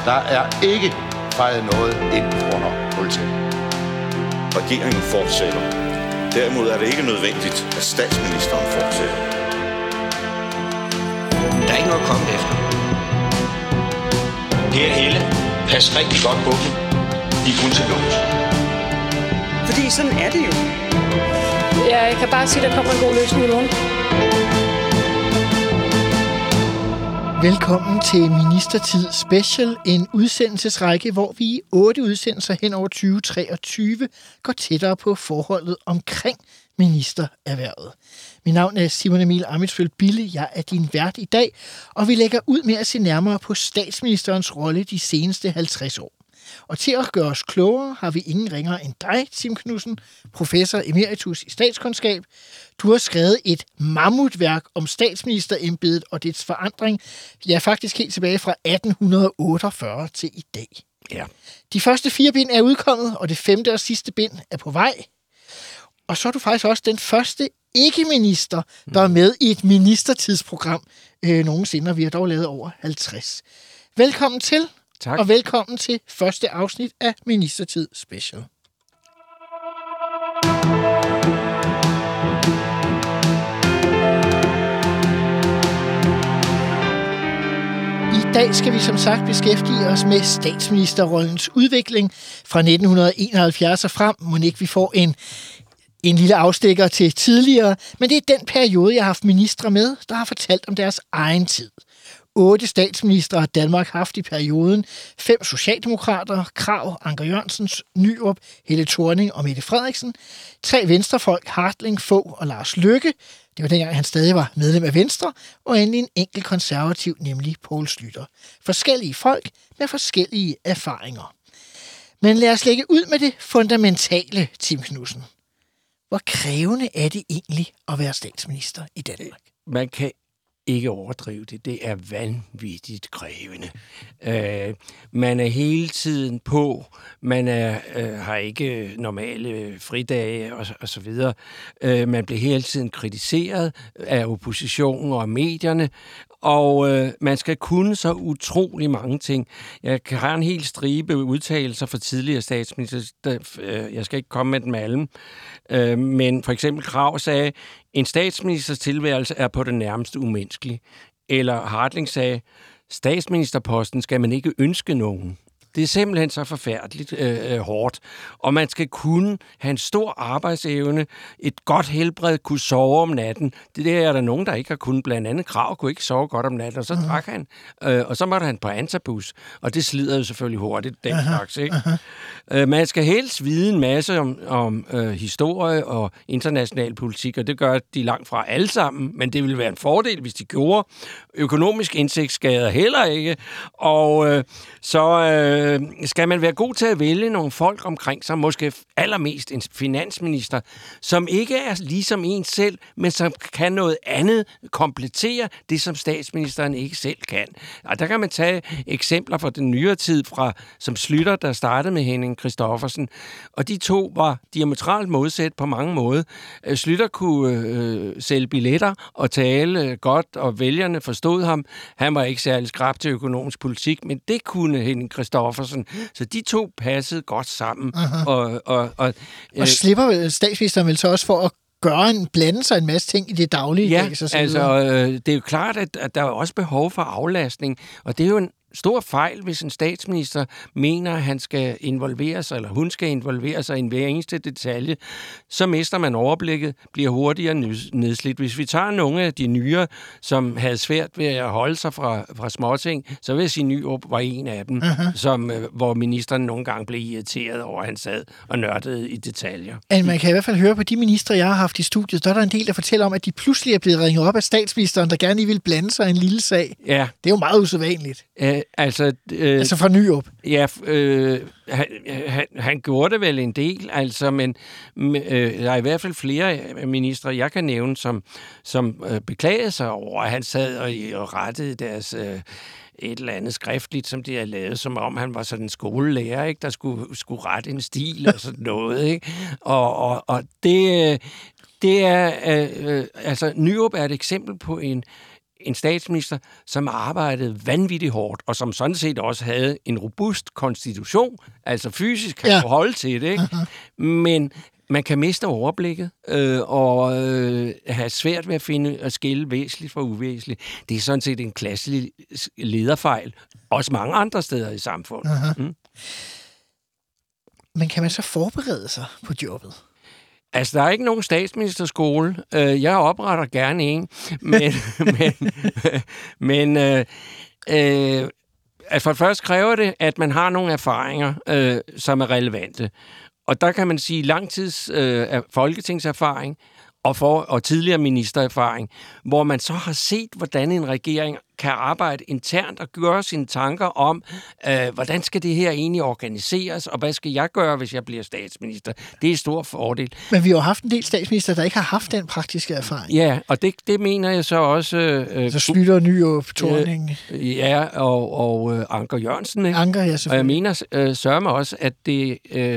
Der er ikke fejret noget ind under politiet. Regeringen fortsætter. Derimod er det ikke nødvendigt, at statsministeren fortsætter. Der er ikke noget at komme efter. Per Helle, pas rigtig godt på dem. De er kun til lås. Fordi sådan er det jo. Jeg kan bare sige, at der kommer en god løsning i morgen. Velkommen til Ministertid Special, en udsendelsesrække, hvor vi i 8 udsendelser hen over 2023 går tættere på forholdet omkring ministererhvervet. Mit navn er Simon Emil Ammitzbøll-Bille, jeg er din vært i dag, og vi lægger ud med at se nærmere på statsministerens rolle de seneste 50 år. Og til at gøre os klogere har vi ingen ringere end dig, Tim Knudsen, professor emeritus i statskundskab. Du har skrevet et mammutværk om statsministerembedet og dets forandring, ja faktisk helt tilbage fra 1848 til i dag. Ja. De første 4 bind er udkommet, og det 5. og sidste bind er på vej. Og så er du faktisk også den første ikke-minister, der er med i et ministertidsprogram nogensinde, og vi har dog lavet over 50. Velkommen til. Tak. Og velkommen til første afsnit af Ministertid Special. I dag skal vi som sagt beskæftige os med statsministerrollens udvikling fra 1971 og frem. Må ikke vi får en lille afstikker til tidligere, men det er den periode, jeg har haft ministre med, der har fortalt om deres egen tid. 8 statsministre har Danmark haft i perioden. 5 socialdemokrater, Krag, Anker Jørgensen, Nyrup, Helle Thorning og Mette Frederiksen. 3 venstrefolk, Hartling, Fogh og Lars Løkke. Det var dengang, han stadig var medlem af Venstre. Og endelig en enkelt konservativ, nemlig Poul Schlüter. Forskellige folk med forskellige erfaringer. Men lad os lægge ud med det fundamentale, Tim Knudsen. Hvor krævende er det egentlig at være statsminister i Danmark? Man kan ikke overdrive det. Det er vanvittigt krævende. Man er hele tiden på. Man har ikke normale fridage og så videre. Man bliver hele tiden kritiseret af oppositionen og medierne. Og man skal kunne så utrolig mange ting. Jeg har en hel stribe udtalelser fra tidligere statsminister. Jeg skal ikke komme med dem alle. Men for eksempel Krag sagde, en statsministers tilværelse er på det nærmeste umenneskelig. Eller Hartling sagde, statsministerposten skal man ikke ønske nogen. Det er simpelthen så forfærdeligt hårdt. Og man skal kunne have en stor arbejdsevne, et godt helbred, kunne sove om natten. Det der er der nogen, der ikke har kunnet. Blandt andet Krag kunne ikke sove godt om natten, og så drak han. Og så måtte han på antabus. Og det slider jo selvfølgelig hurtigt, den slags, ikke? Man skal helst vide en masse om historie og international politik, og det gør de langt fra alle sammen. Men det ville være en fordel, hvis de gjorde. Økonomisk indsigt skader heller ikke. Og skal man være god til at vælge nogle folk omkring sig, måske allermest en finansminister, som ikke er ligesom en selv, men som kan noget andet komplettere det, som statsministeren ikke selv kan. Og der kan man tage eksempler fra den nyere tid, som Schlüter, der startede med Henning Christoffersen. Og de to var diametralt modsat på mange måder. Schlüter kunne sælge billetter og tale godt, og vælgerne forstod ham. Han var ikke særlig skrap til økonomisk politik, men det kunne Henning Christoffersen. Så de to passede godt sammen. Og slipper statsministeren vel så også for at blande sig en masse ting i det daglige? Ja, det er jo klart, at der er også behov for aflastning, og det er jo en stor fejl, hvis en statsminister mener, at han skal involvere sig, eller hun skal involvere sig i hver eneste detalje, så mister man overblikket, bliver hurtigere nedslidt. Hvis vi tager nogle af de nyere, som havde svært ved at holde sig fra småting, så vil jeg sige, Nyrup var en af dem, hvor ministeren nogle gange blev irriteret over, at han sad og nørdede i detaljer. Man kan i hvert fald høre på de ministre, jeg har haft i studiet, der er der en del, der fortæller om, at de pludselig er blevet ringet op af statsministeren, der gerne lige vil blande sig i en lille sag. Ja. Det er jo meget usædvanligt. Altså fra Nyrup. Ja, han gjorde det vel en del, altså, men der er i hvert fald flere ministre, jeg kan nævne, som beklagede sig over, at han sad og rettede deres et eller andet skriftligt, som de havde lavet, som om han var sådan en skolelærer, ikke, der skulle rette en stil og sådan noget, ikke? Og det er altså Nyrup er et eksempel på en statsminister, som arbejdede vanvittigt hårdt, og som sådan set også havde en robust konstitution, altså fysisk kan kunne holde til det, ikke? Men man kan miste overblikket og have svært ved at skille væsentligt fra uvæsentligt. Det er sådan set en klassisk lederfejl, også mange andre steder i samfundet. Men kan man så forberede sig på jobbet? Altså, der er ikke nogen statsministerskole. Jeg opretter gerne en, men for det første kræver det, at man har nogle erfaringer, som er relevante. Og der kan man sige langtids folketingserfaring og tidligere ministererfaring, hvor man så har set, hvordan en regering kan arbejde internt og gøre sine tanker om, hvordan skal det her egentlig organiseres, og hvad skal jeg gøre, hvis jeg bliver statsminister. Det er en stor fordel. Men vi har jo haft en del statsminister, der ikke har haft den praktiske erfaring. Ja, og det mener jeg så også... Så Schlüter, Nyrup, Thorning. Ja, og Anker Jørgensen. Ikke? Anker, ja, selvfølgelig. Og jeg mener sørme også, at det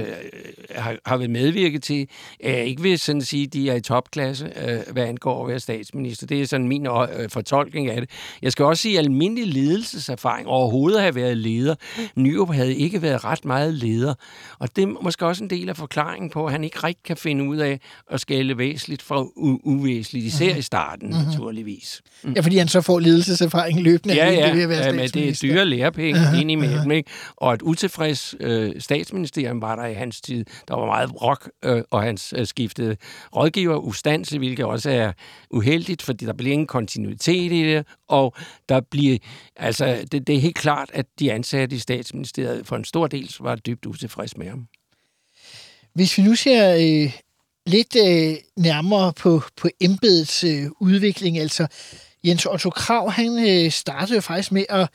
har været medvirket til, ikke vil sådan sige, de er i topklasse, hvad angår at være statsminister. Det er sådan min fortolkning af det. Jeg skal også sige, almindelig ledelseserfaring overhovedet have været leder. Nyrup havde ikke været ret meget leder. Og det er måske også en del af forklaringen på, at han ikke rigtig kan finde ud af at skælde væsentligt fra uvæsentligt, især i starten, naturligvis. Ja, fordi han så får ledelseserfaring løbende. Men det er dyre lærepenge indimellem, ikke? Og et utilfreds statsministerium var der i hans tid. Der var meget brok, og hans skiftede rådgiver ustandselig, hvilket også er uheldigt, fordi der bliver ingen kontinuitet i det, og der bliver, altså, det er helt klart, at de ansatte i statsministeriet for en stor del var dybt utilfreds med ham. Hvis vi nu ser lidt nærmere på embedets udvikling, altså Jens Otto Krag, han startede jo faktisk med at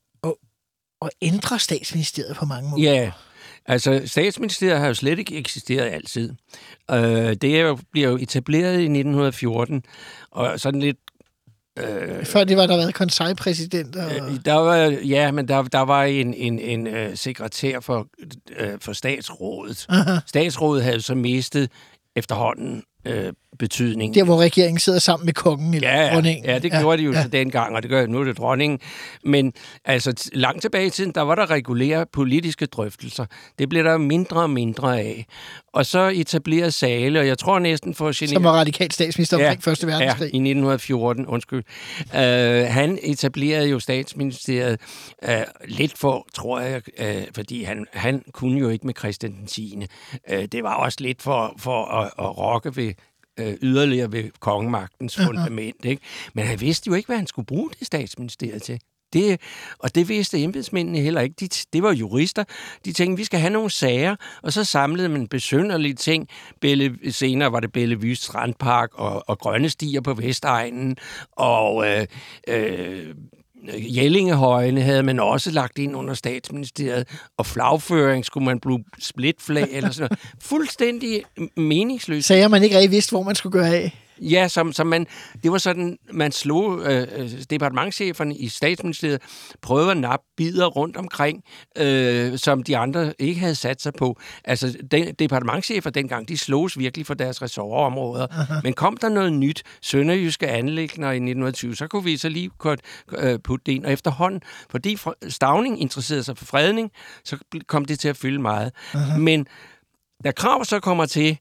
ændre statsministeriet på mange måder. Ja, altså statsministeriet har jo slet ikke eksisteret altid. Det bliver jo etableret i 1914, og sådan lidt før det var der været konseilpræsident. Der var en sekretær for statsrådet. Aha. Statsrådet havde så mistet efterhånden betydning. Der, hvor regeringen sidder sammen med kongen eller dronningen. Ja, det gjorde de jo så dengang, og det gør nu er det dronningen. Men altså, langt tilbage i tiden, der var der regulære politiske drøftelser. Det blev der mindre og mindre af. Og så etablerede Zahle, og jeg tror næsten for at genere... Som var radikal statsminister omkring Første Verdenskrig. Ja, i 1914, undskyld. Han etablerede jo statsministeriet lidt for, tror jeg, fordi han kunne jo ikke med Christian den 10. Det var også lidt for at rokke ved yderligere ved kongemagtens fundament, ikke? Men han vidste jo ikke, hvad han skulle bruge det statsministeriet til. Og det vidste embedsmændene heller ikke. Det var jurister. De tænkte, vi skal have nogle sager, og så samlede man besynderlige ting. Senere var det Bellevues Strandpark og grønne stier på Vestegnen, og Jellingehøjene havde man også lagt ind under statsministeriet, og flagføring skulle man bruge splitflag eller sådan noget. Fuldstændig meningsløst. Sager man ikke rigtig vidste, hvor man skulle gøre af. Ja, det var sådan, man slog departementscheferne i statsministeriet, prøvede at nappe bidder rundt omkring, som de andre ikke havde sat sig på. Altså, departementschefer dengang, de slogs virkelig for deres ressortområder. Aha. Men kom der noget nyt, sønderjyske anliggender i 1920, så kunne vi så lige putte det ind. Og efterhånden, fordi Stauning interesserede sig for fredning, så kom det til at fylde meget. Aha. Men da Krag så kommer til,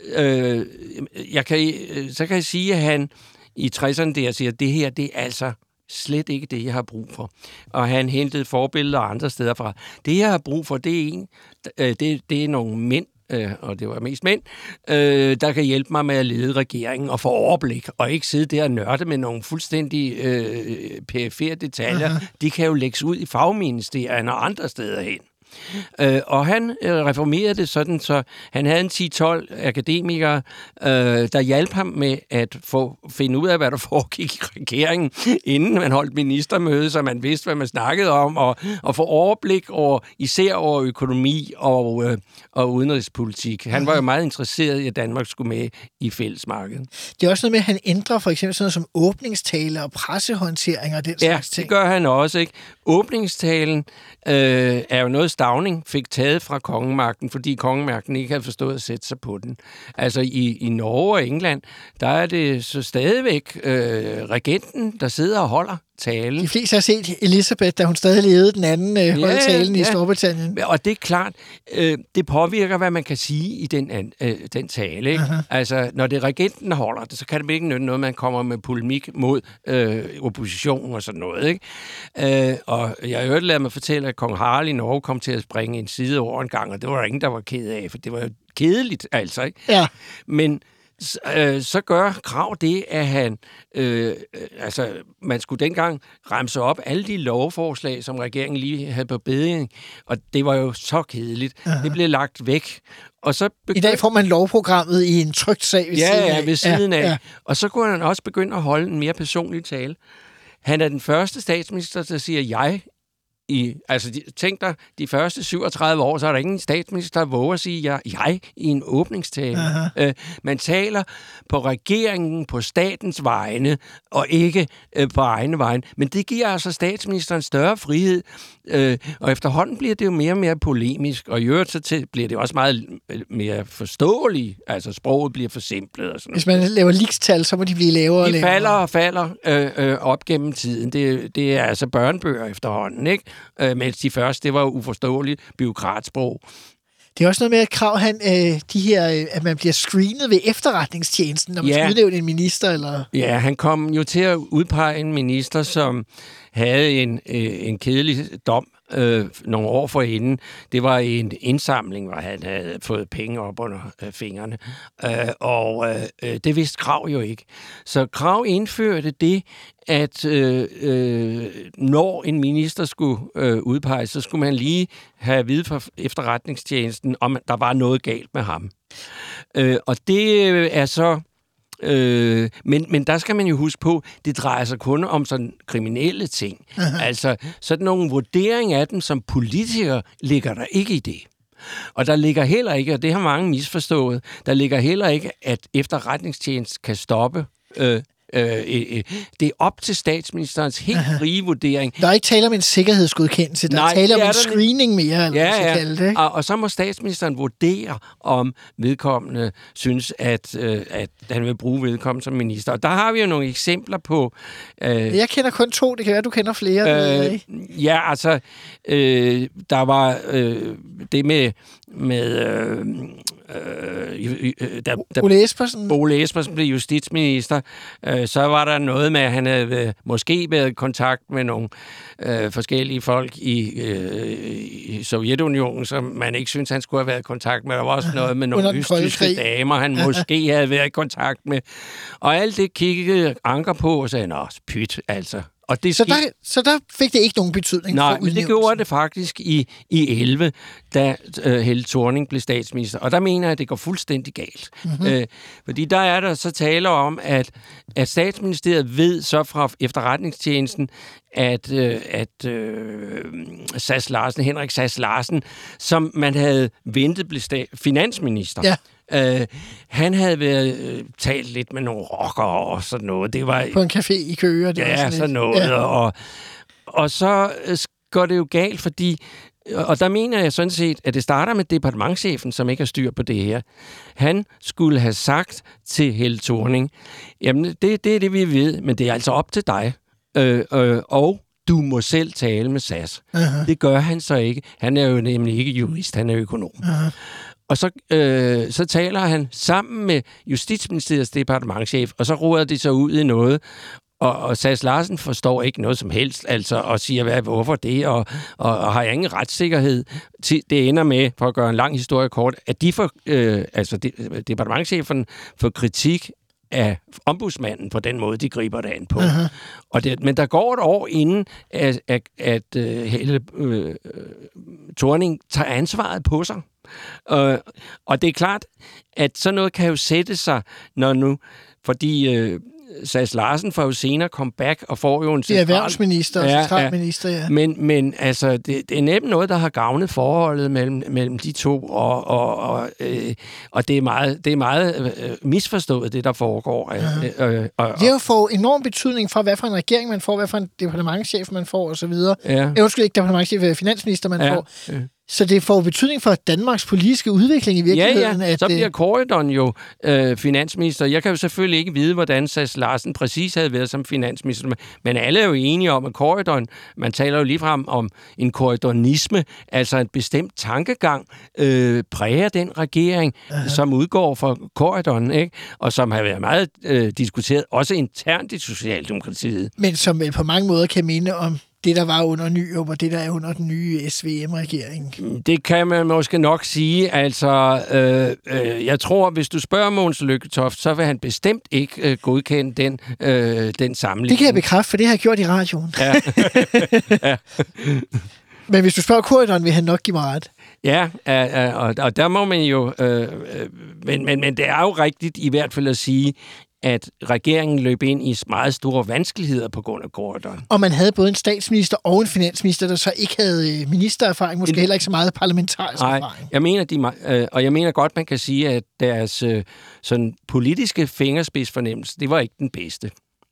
så kan jeg sige, at han i 60'erne der siger, at det her, det er altså slet ikke det, jeg har brug for. Og han hentede forbilleder andre steder fra. Det, jeg har brug for, det er nogle mænd, og det var mest mænd, der kan hjælpe mig med at lede regeringen og få overblik, og ikke sidde der og nørde med nogle fuldstændig perifere detaljer. Aha. De kan jo lægges ud i fagministerierne og andre steder hen. Og han reformerede det sådan, så han havde en 10-12 akademikere, der hjalp ham med at finde ud af, hvad der foregik i regeringen, inden man holdt ministermøde, så man vidste, hvad man snakkede om, og få overblik over, især over økonomi og udenrigspolitik. Han var jo meget interesseret i, at Danmark skulle med i fællesmarkedet. Det er også noget med, at han ændrer for eksempel sådan noget som åbningstaler og pressehåndtering og den slags ting. Ja, det gør han også, ikke? Åbningstalen er jo noget, Stauning fik taget fra kongemagten, fordi kongemagten ikke havde forstået at sætte sig på den. Altså i Norge og England, der er det så stadigvæk regenten, der sidder og holder talen. De fleste har set Elisabeth, da hun stadig levede, den anden holdt talen i Storbritannien. Og det er klart, det påvirker, hvad man kan sige i den tale. Ikke? Altså, når det er regenten, der holder det, så kan det ikke nytte noget, man kommer med polemik mod opposition og sådan noget. Ikke? Og jeg har hørt lade mig fortælle, at kong Harald i Norge kom til at springe en side over en gang, og det var der ingen, der var ked af, for det var jo kedeligt, altså. Ikke? Ja. Men så gør Krag det, at han... man skulle dengang remse op alle de lovforslag, som regeringen lige havde på beding, og det var jo så kedeligt. Det blev lagt væk. Og så I dag får man lovprogrammet i en trykt sag ved siden af. Ja. Og så kunne han også begynde at holde en mere personlig tale. Han er den første statsminister, der siger jeg. Tænk dig, de første 37 år, så er der ingen statsminister, der våger at sige jeg i en åbningstale. Man taler på regeringen, på statens vegne, og ikke på egne vegne. Men det giver altså statsministeren større frihed, og efterhånden bliver det jo mere og mere polemisk, og i øvrigt så bliver det også meget mere forståeligt. Altså sproget bliver forsimplet og sådan noget. Hvis man laver ligestal, så må de blive lavere og lavere. De falder op gennem tiden. Det er altså børnebøger efterhånden, ikke? Mens de første, det var uforståeligt bureaukratsprog. Det er også noget med, at Krag, at man bliver screenet ved efterretningstjenesten, når man skal udnævne en minister, eller... Ja, han kom jo til at udpege en minister, som havde en kedelig dom nogle år forinden. Det var en indsamling, hvor han havde fået penge op under fingrene. Det vidste Krag jo ikke. Så Krag indførte det, at når en minister skulle udpeges, så skulle man lige have at vide fra efterretningstjenesten, om der var noget galt med ham. Og det er så... Men der skal man jo huske på, det drejer sig kun om sådan kriminelle ting. Altså, sådan nogle vurderinger af dem som politikere ligger der ikke i det. Og der ligger heller ikke, og det har mange misforstået, der ligger heller ikke, at efterretningstjenesten kan stoppe. Det er op til statsministerens helt frie vurdering. Der er ikke tale om en sikkerhedsgodkendelse, der er tale om en screening mere, eller hvad man skal kalde det. Ikke? Og så må statsministeren vurdere, om vedkommende synes, at han vil bruge vedkommende som minister. Og der har vi jo nogle eksempler på... Jeg kender kun 2, det kan være, du kender flere. Der var det med Ole Espersen blev justitsminister, så var der noget med, at han havde måske været i kontakt med nogle forskellige folk i Sovjetunionen, som man ikke synes, han skulle have været i kontakt med. Der var også noget med nogle østtyske damer, han måske havde været i kontakt med. Og alt det kiggede Anker på og sagde, nå, pyt, altså. Og det så der fik det ikke nogen betydning for udnævnelsen? Nej, det gjorde det faktisk i 11, da Helle Thorning blev statsminister. Og der mener jeg, at det går fuldstændig galt. Fordi der er der så taler om, at statsministeriet ved så fra efterretningstjenesten, at Henrik Sass Larsen, som man havde ventet blev finansminister, han havde været talt lidt med nogle rockere og sådan noget. Det var på en café i Køge. Sådan noget. Ja. Og så går det jo galt, fordi... Og der mener jeg sådan set, at det starter med departementschefen, som ikke har styr på det her. Han skulle have sagt til Helle Thorning, jamen det er det, vi ved, men det er altså op til dig. Og du må selv tale med SAS. Det gør han så ikke. Han er jo nemlig ikke jurist, han er økonom. Og så taler han sammen med Justitsministeriets departementschef, og så roder de så ud i noget, og Sass Larsen forstår ikke noget som helst, altså, og siger, hvorfor det, og har ingen retssikkerhed. Det ender med, for at gøre en lang historie kort, at de får, departementschefen får kritik af ombudsmanden på den måde, de griber det an på. Men der går et år inden, at Helle Thorning tager ansvaret på sig. Og det er klart, at sådan noget kan jo sætte sig, når nu, fordi Sass Larsen får jo senere comeback og får jo en central... Det er erhvervsminister og centralminister, ja. Men altså, det er nemt noget, der har gavnet forholdet mellem de to, og det er meget misforstået, det der foregår. Det jo får enorm betydning for, hvad for en regering man får, hvad for en departementschef man får, osv. Undskyld, ikke departementschef, finansminister man får. Så det får betydning for Danmarks politiske udvikling i virkeligheden? Ja, så bliver Corydon jo finansminister. Jeg kan jo selvfølgelig ikke vide, hvordan Sass Larsen præcis havde været som finansminister, men alle er jo enige om, at Corydon, man taler jo ligefrem om en corrydonisme, altså en bestemt tankegang, præger den regering, som udgår fra Corydon, ikke? Og som har været meget diskuteret, også internt i Socialdemokratiet. Men som på mange måder kan minde om det, der var under Nyrup, og det, der er under den nye SVM-regering. Det kan man måske nok sige. Altså, jeg tror, hvis du spørger Mogens Lykketoft, så vil han bestemt ikke godkende den sammenligning. Det kan jeg bekræfte, for det har jeg gjort i radioen. Ja. Ja. Men hvis du spørger Corydon, vil han nok give mig ret. Ja, og der må man jo... Men det er jo rigtigt i hvert fald at sige, at regeringen løb ind i meget store vanskeligheder på grund af Corydon. Og man havde både en statsminister og en finansminister, der så ikke havde ministererfaring, måske heller ikke så meget parlamentarisk erfaring. Jeg mener godt, man kan sige, at deres sådan politiske fingerspidsfornemmelse, det var ikke den bedste.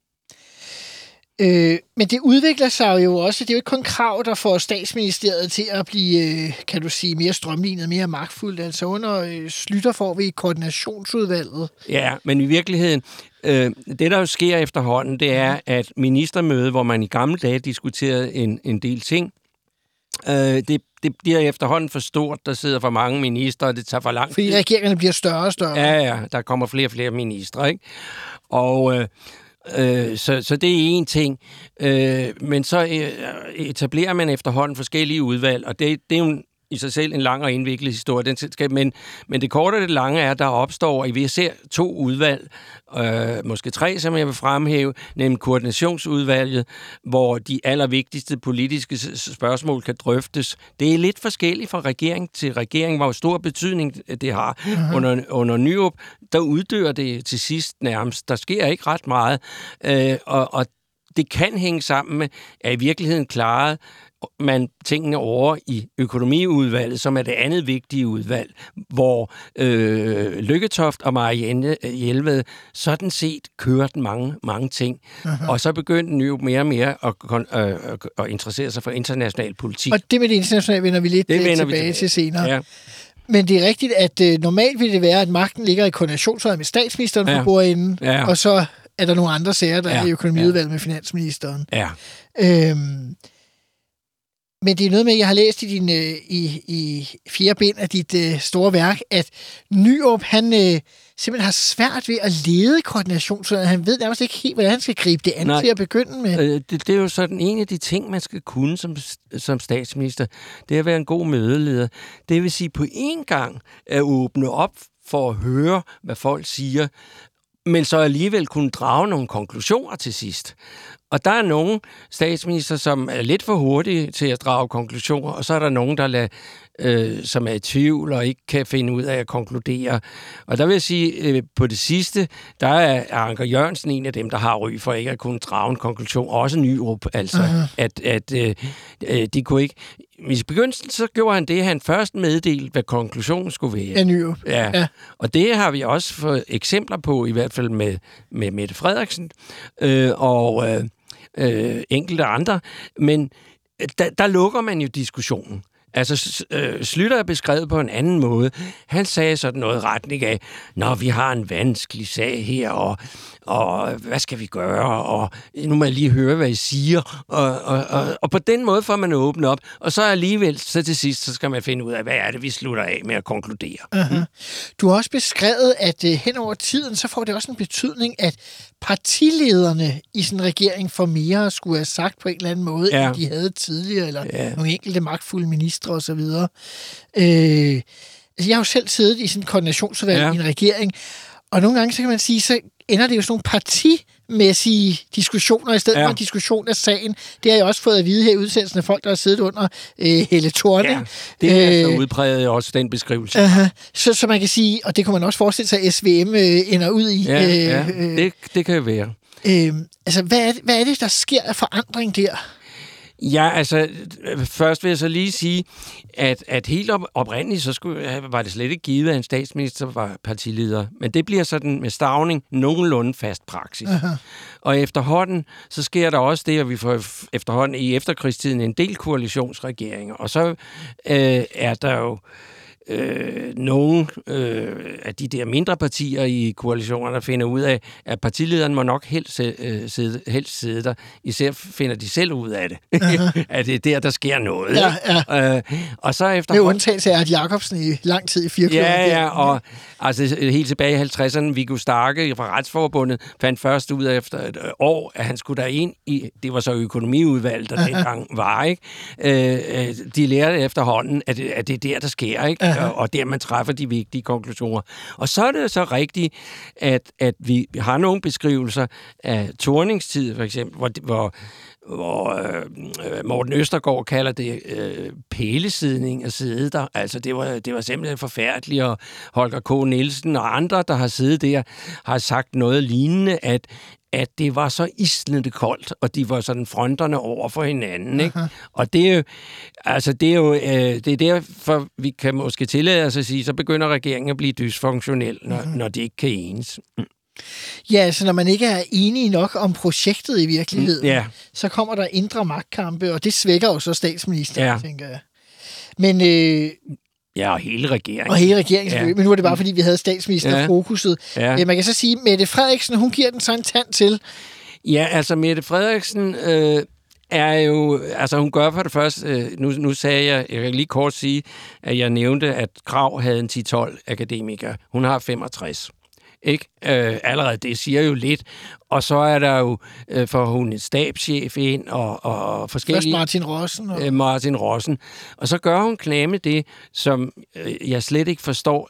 Men det udvikler sig jo også. Det er jo ikke kun krav, der får statsministeriet til at blive, kan du sige, mere strømlignet, mere magtfuldt. Altså under Schlüter får vi koordinationsudvalget. Ja, men i virkeligheden, det der jo sker efterhånden, det er, at ministermøde, hvor man i gamle dage diskuterede en del ting, det bliver efterhånden for stort. Der sidder for mange ministre, og det tager for lang tid. Fordi regeringerne bliver større og større. Ja, der kommer flere og flere ministre, ikke? Og... Så det er en ting. Men så etablerer man efterhånden forskellige udvalg, og det er jo i sig selv en lang og indviklet historie. Men det korte og det lange er, at der opstår, og vi ser 2 udvalg, måske 3, som jeg vil fremhæve, nemlig koordinationsudvalget, hvor de allervigtigste politiske spørgsmål kan drøftes. Det er lidt forskelligt fra regering til regering, hvor stor betydning det har. Under Nyrup, der uddør det til sidst nærmest. Der sker ikke ret meget, og det kan hænge sammen med, at i virkeligheden klarede man tingene over i økonomiudvalget, som er det andet vigtige udvalg, hvor Lykketoft og Marianne Jelved sådan set kørte mange ting. Og så begyndte Nyrup mere og mere at interessere sig for international politik. Og det med det internationale vender vi lidt tilbage til senere. Ja. Men det er rigtigt, at normalt vil det være, at magten ligger i koordinationsudvalget med statsministeren for bordenden, og så er der nogle andre sager, der er i økonomiudvalget med finansministeren. Ja. Men det er noget med, at jeg har læst i din i 4. bind af dit store værk, at Nyrup, han simpelthen har svært ved at lede koordinationsudvalget. Han ved nærmest ikke helt, hvordan han skal gribe det an til at begynde med. Det er jo sådan en af de ting, man skal kunne som statsminister. Det er at være en god mødeleder. Det vil sige på en gang at åbne op for at høre, hvad folk siger, men så alligevel kunne drage nogle konklusioner til sidst. Og der er nogle statsminister, som er lidt for hurtige til at drage konklusioner, og så er der nogen, der som er i tvivl og ikke kan finde ud af at konkludere. Og der vil jeg sige, på det sidste, der er Anker Jørgensen en af dem, der har ry for ikke at kunne drage en konklusion. Også Nyrup, altså. At de kunne ikke... I begyndelsen så gjorde han det, han først meddelte, hvad konklusionen skulle være. Ja, Nyrup. Ja. Og det har vi også fået eksempler på, i hvert fald med Mette Frederiksen og enkelte andre. Men der lukker man jo diskussionen. Altså, Schlüter er beskrevet på en anden måde. Han sagde sådan noget retning af, når vi har en vanskelig sag her, og hvad skal vi gøre, og nu må jeg lige høre, hvad I siger, og på den måde får man åbnet op, og så alligevel, så til sidst, så skal man finde ud af, hvad er det, vi slutter af med at konkludere. Du har også beskrevet, at hen over tiden, så får det også en betydning, at partilederne i sådan en regering for mere skulle have sagt på en eller anden måde, end de havde tidligere, eller nogle enkelte magtfulde ministre osv. Jeg har jo selv siddet i sådan en koordinationsudvalg i en regering, og nogle gange, så kan man sige, så ender det jo sådan nogle partimæssige diskussioner, i stedet for en diskussion af sagen. Det har jeg også fået at vide her i udsendelsen af folk, der har siddet under Helle Thorning. Ja, det er så udpræget også den beskrivelse. Så man kan sige, og det kan man også forestille sig, at SVM ender ud i. Det kan jo være. Altså, hvad er det, der sker af forandring der? Ja, altså, først vil jeg så lige sige, at helt oprindeligt, så var det slet ikke givet, at en statsminister var partileder. Men det bliver sådan med Stauning nogenlunde fast praksis. Aha. Og efterhånden, så sker der også det, at vi får efterhånden i efterkrigstiden en del koalitionsregeringer. Og så er der jo nogle af de der mindre partier i koalitionerne, der finder ud af, at partilederen må nok helst sidde der. Især finder de selv ud af det. At det er der sker noget. Ja. Og så efter med undtagelse af, at Jacobsen i lang tid i 4 Ja, og altså helt tilbage i 50'erne, Viggo Starke fra Retsforbundet fandt først ud af efter et år, at han skulle derind i, det var så økonomiudvalget, der dengang var, ikke? De lærte efterhånden, at det er der sker, ikke? Og der man træffer de vigtige konklusioner. Og så er det så rigtigt, at vi har nogle beskrivelser af Thornings-tid, for eksempel, hvor Morten Østergaard kalder det pælesidning at sidde der. Altså, det var simpelthen forfærdeligt, og Holger K. Nielsen og andre, der har siddet der, har sagt noget lignende, at det var så isnende koldt, og de var sådan fronterne over for hinanden, ikke? Og det er derfor, vi kan måske tillade os at sige, så begynder regeringen at blive dysfunktionel, når de ikke kan enes. Ja, altså når man ikke er enige nok om projektet i virkeligheden, så kommer der indre magtkampe, og det svækker jo så statsministeren, tænker jeg. Men ja, og hele regeringen. Og hele regeringen, selvfølgelig. Men nu er det bare, fordi vi havde statsministerfokuset. Ja. Man kan så sige, Mette Frederiksen, hun giver den så en tand til. Ja, altså Mette Frederiksen er jo... Altså hun gør for det første... Nu sagde jeg kan lige kort sige, at jeg nævnte, at Krag havde en 10-12 akademikere. Hun har 65. Ikke? Allerede det siger jo lidt. Og så er der jo, for hun en stabschef ind, og forskellige... Først Martin Rossen. Martin Rossen. Og så gør hun klame det, som jeg slet ikke forstår,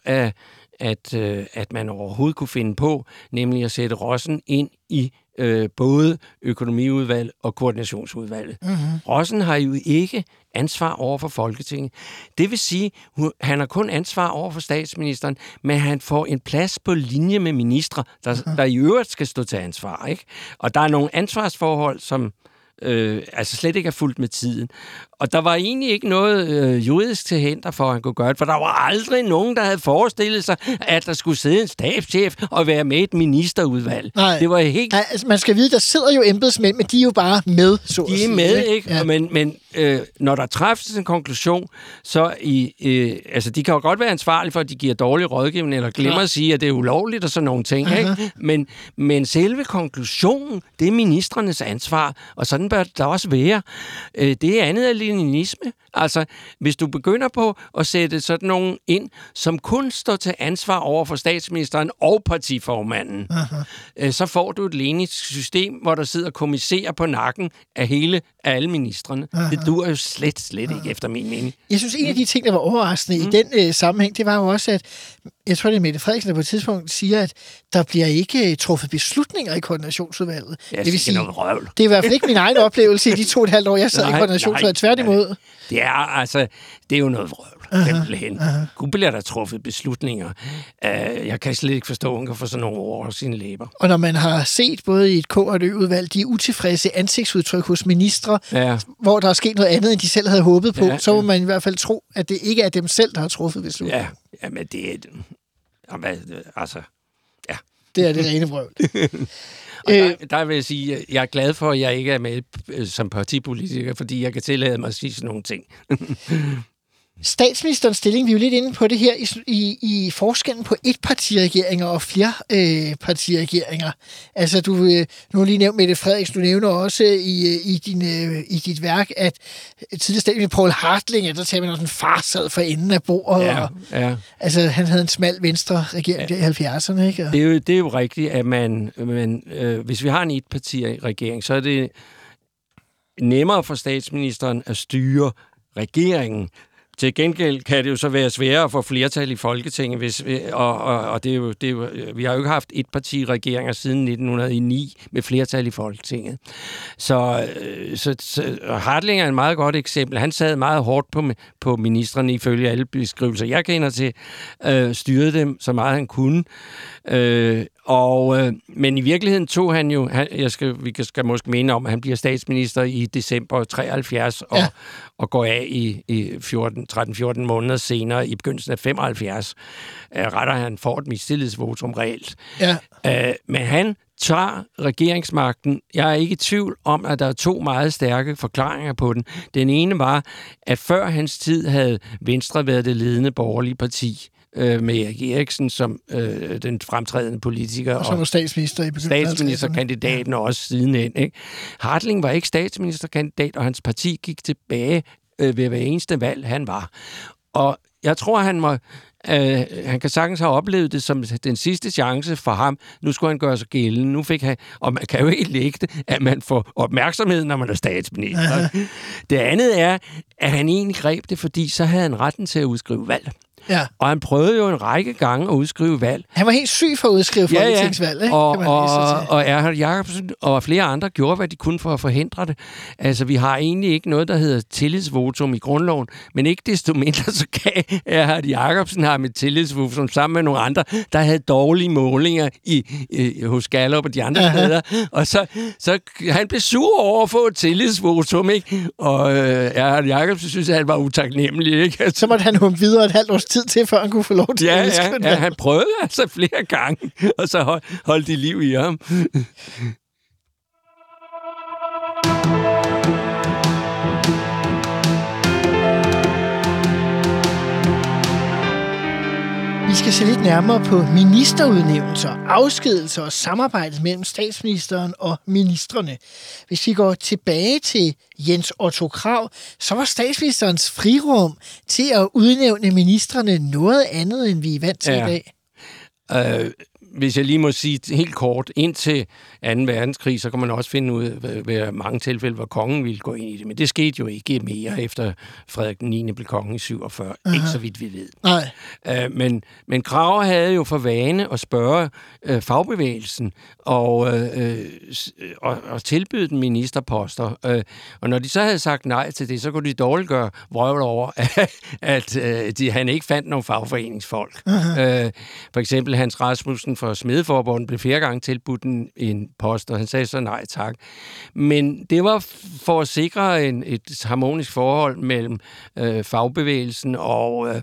at man overhovedet kunne finde på, nemlig at sætte Rossen ind i både økonomiudvalg og koordinationsudvalget. Rossen har jo ikke ansvar over for Folketinget. Det vil sige, han har kun ansvar over for statsministeren, men han får en plads på linje med ministre, der i øvrigt skal stå til ansvar, ikke? Og der er nogle ansvarsforhold, som altså slet ikke er fulgt med tiden. Og der var egentlig ikke noget juridisk til hinder for, at han kunne gøre det, for der var aldrig nogen, der havde forestillet sig, at der skulle sidde en stabschef og være med i et ministerudvalg. Nej. Det var helt... Nej, altså man skal vide, der sidder jo embedsmænd, men de er jo bare med, så at sige. De er med, ikke? Ja. Men når der træffes en konklusion, så altså de kan jo godt være ansvarlige for, at de giver dårlig rådgivning, eller glemmer at sige, at det er ulovligt og sådan nogle ting, ikke? Men selve konklusionen, det er ministrenes ansvar, og sådan bør det også være. Det er andet af leninisme. Altså, hvis du begynder på at sætte sådan nogen ind, som kun står til ansvar over for statsministeren og partiformanden, så får du et lenisk system, hvor der sidder kommissærer på nakken af alle ministrene. Det duer jo slet ikke, efter min mening. Jeg synes, en af de ting, der var overraskende i den sammenhæng, det var jo også, at jeg tror, det er Mette Frederiksen, der på et tidspunkt siger, at der bliver ikke truffet beslutninger i koordinationsudvalget. Ja, det vil sige, det er i hvert fald ikke min egen oplevelse i de 2,5 år, jeg sad i koordinationsudvalget. Tværtimod. Det er jo noget vrøvl, simpelthen. Gud bliver der truffet beslutninger. Jeg kan slet ikke forstå, at hun kan få sådan nogle ord over sine læber. Og når man har set både i et K- og et Ø-udvalg, de utilfredse ansigtsudtryk hos ministre, hvor der er sket noget andet, end de selv havde håbet på, så må man i hvert fald tro, at det ikke er dem selv, der har truffet beslutninger. Ja, men det er... Altså... Ja. Det er det rene vrøvl. Der vil jeg sige, at jeg er glad for, at jeg ikke er med som partipolitiker, fordi jeg kan tillade mig at sige sådan nogle ting. Statsministerens stilling, vi er jo lidt inde på det her i forskellen på etpartiregeringer og flere partiregeringer. Altså, du har lige nævnt Mette Frederiksen, du nævner også i dit værk, at tidligere statsminister Poul Hartling, der tager man også en far sad for enden af bordet. Altså, han havde en smal venstre regering i 70'erne, ikke? Det er jo rigtigt, at man hvis vi har en etpartiregering, så er det nemmere for statsministeren at styre regeringen. Til gengæld kan det jo så være sværere at få flertal i Folketinget, og det er jo, vi har jo ikke haft etpartiregeringer siden 1909 med flertal i Folketinget. Så Hartling er et meget godt eksempel. Han sad meget hårdt på ministrene ifølge alle beskrivelser, jeg kender til, styrede dem så meget han kunne. Men i virkeligheden tog han jo, vi skal måske mene om, at han bliver statsminister i december 73 og går af i 13-14 måneder senere, i begyndelsen af 75, han får et mistillidsvotum reelt. Ja. Men han tager regeringsmagten. Jeg er ikke i tvivl om, at der er 2 meget stærke forklaringer på den. Den ene var, at før hans tid havde Venstre været det ledende borgerlige parti, med Erik Eriksen som den fremtrædende politiker. Og som var statsminister i statsministerkandidaten også sidenhen. Ikke? Hartling var ikke statsministerkandidat, og hans parti gik tilbage ved hver eneste valg, han var. Og jeg tror, han kan sagtens have oplevet det som den sidste chance for ham. Nu skulle han gøre sig gældende. Nu fik han, og man kan jo ikke lægge det, at man får opmærksomhed, når man er statsminister. Det andet er, at han egentlig greb det, fordi så havde han retten til at udskrive valg. Ja. Og han prøvede jo en række gange at udskrive valg. Han var helt syg for at udskrive folketingsvalg, ikke? Og Erhard Jacobsen og flere andre gjorde, hvad de kunne for at forhindre det. Altså, vi har egentlig ikke noget, der hedder tillidsvotum i grundloven, men ikke desto mindre, så gav Erhard Jacobsen ham et tillidsvotum sammen med nogle andre, der havde dårlige målinger hos Gallup og de andre steder. Og så han blev sur over at få et tillidsvotum, ikke? Og Erhard Jacobsen synes, at han var utaknemmelig, ikke? Så måtte han humpe videre et halvt års tid til, før han kunne få lov til at elske det. Ja, han prøvede altså flere gange, og så holdt de liv i ham. Vi skal se lidt nærmere på ministerudnævnelser, afskedelser og samarbejdet mellem statsministeren og ministrene. Hvis vi går tilbage til Jens Otto Krag, så var statsministerens frirum til at udnævne ministrene noget andet, end vi er vant til i dag. Hvis jeg lige må sige helt kort, indtil 2. verdenskrig, så kan man også finde ud af mange tilfælde, hvor kongen ville gå ind i det. Men det skete jo ikke mere efter Frederik 9. blev kongen i 47. Ikke så vidt vi ved. Nej. Men Krag havde jo for vane at spørge fagbevægelsen og tilbyde den ministerposter. Og når de så havde sagt nej til det, så kunne de dårligt gøre vrøvl over, at han ikke fandt nogen fagforeningsfolk. For eksempel Hans Rasmussen for Smedeforbundet blev flere gange tilbudt en post, og han sagde så nej tak. Men det var for at sikre et harmonisk forhold mellem fagbevægelsen og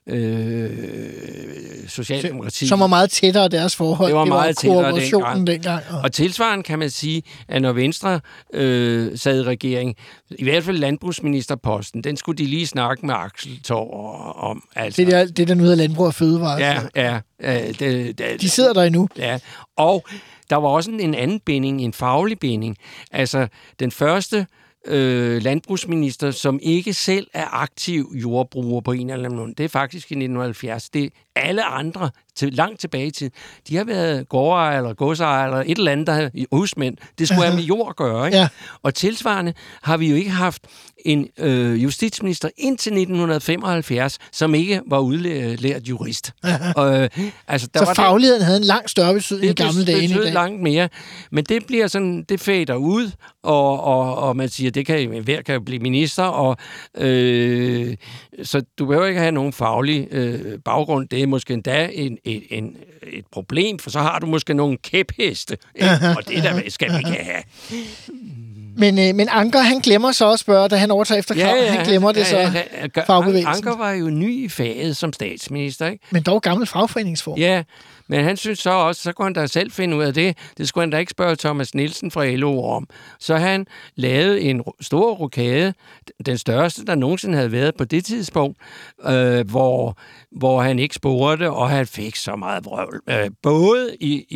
Socialdemokratiet. Som var meget tættere deres forhold. Det var meget tættere dengang. Og tilsvarende kan man sige, at når Venstre sad i regering, i hvert fald landbrugsministerposten, den skulle de lige snakke med Axel Thor om. Altså. Det der nu hedder Landbrug og Fødevare. Ja. De sidder der endnu. Ja, og der var også en anden binding, en faglig binding. Altså, den første landbrugsminister, som ikke selv er aktiv jordbruger på en eller anden måde. Det er faktisk i 1970. Det er alle andre, langt tilbage i tiden, de har været gårdejere eller godsejere eller et eller andet, der har husmænd. Det skulle have med jord at gøre, ikke? Ja. Og tilsvarende har vi jo ikke haft en justitsminister indtil 1975, som ikke var udlært jurist. Altså, så fagligheden havde en langt større betydning i gamle dage end i dag. Langt mere. Men det bliver sådan, det fader ud, og man siger, det kan hver kan blive minister, og så du behøver ikke have nogen faglig baggrund. Det er måske endda et problem, for så har du måske nogle kæpheste, og det der skal vi ikke have. Men Anker, han glemmer så at spørge, da han overtager efter Krag. Han glemmer det så, fagbevægelsen. Anker var jo ny i faget som statsminister, ikke? Men dog gammel fagforeningsform. Ja, men han synes så også, så kunne han da selv finde ud af det. Det skulle han da ikke spørge Thomas Nielsen fra LO om. Så han lavede en stor rokade, den største, der nogensinde havde været på det tidspunkt, hvor han ikke spurgte, og han fik så meget vrøvl. Både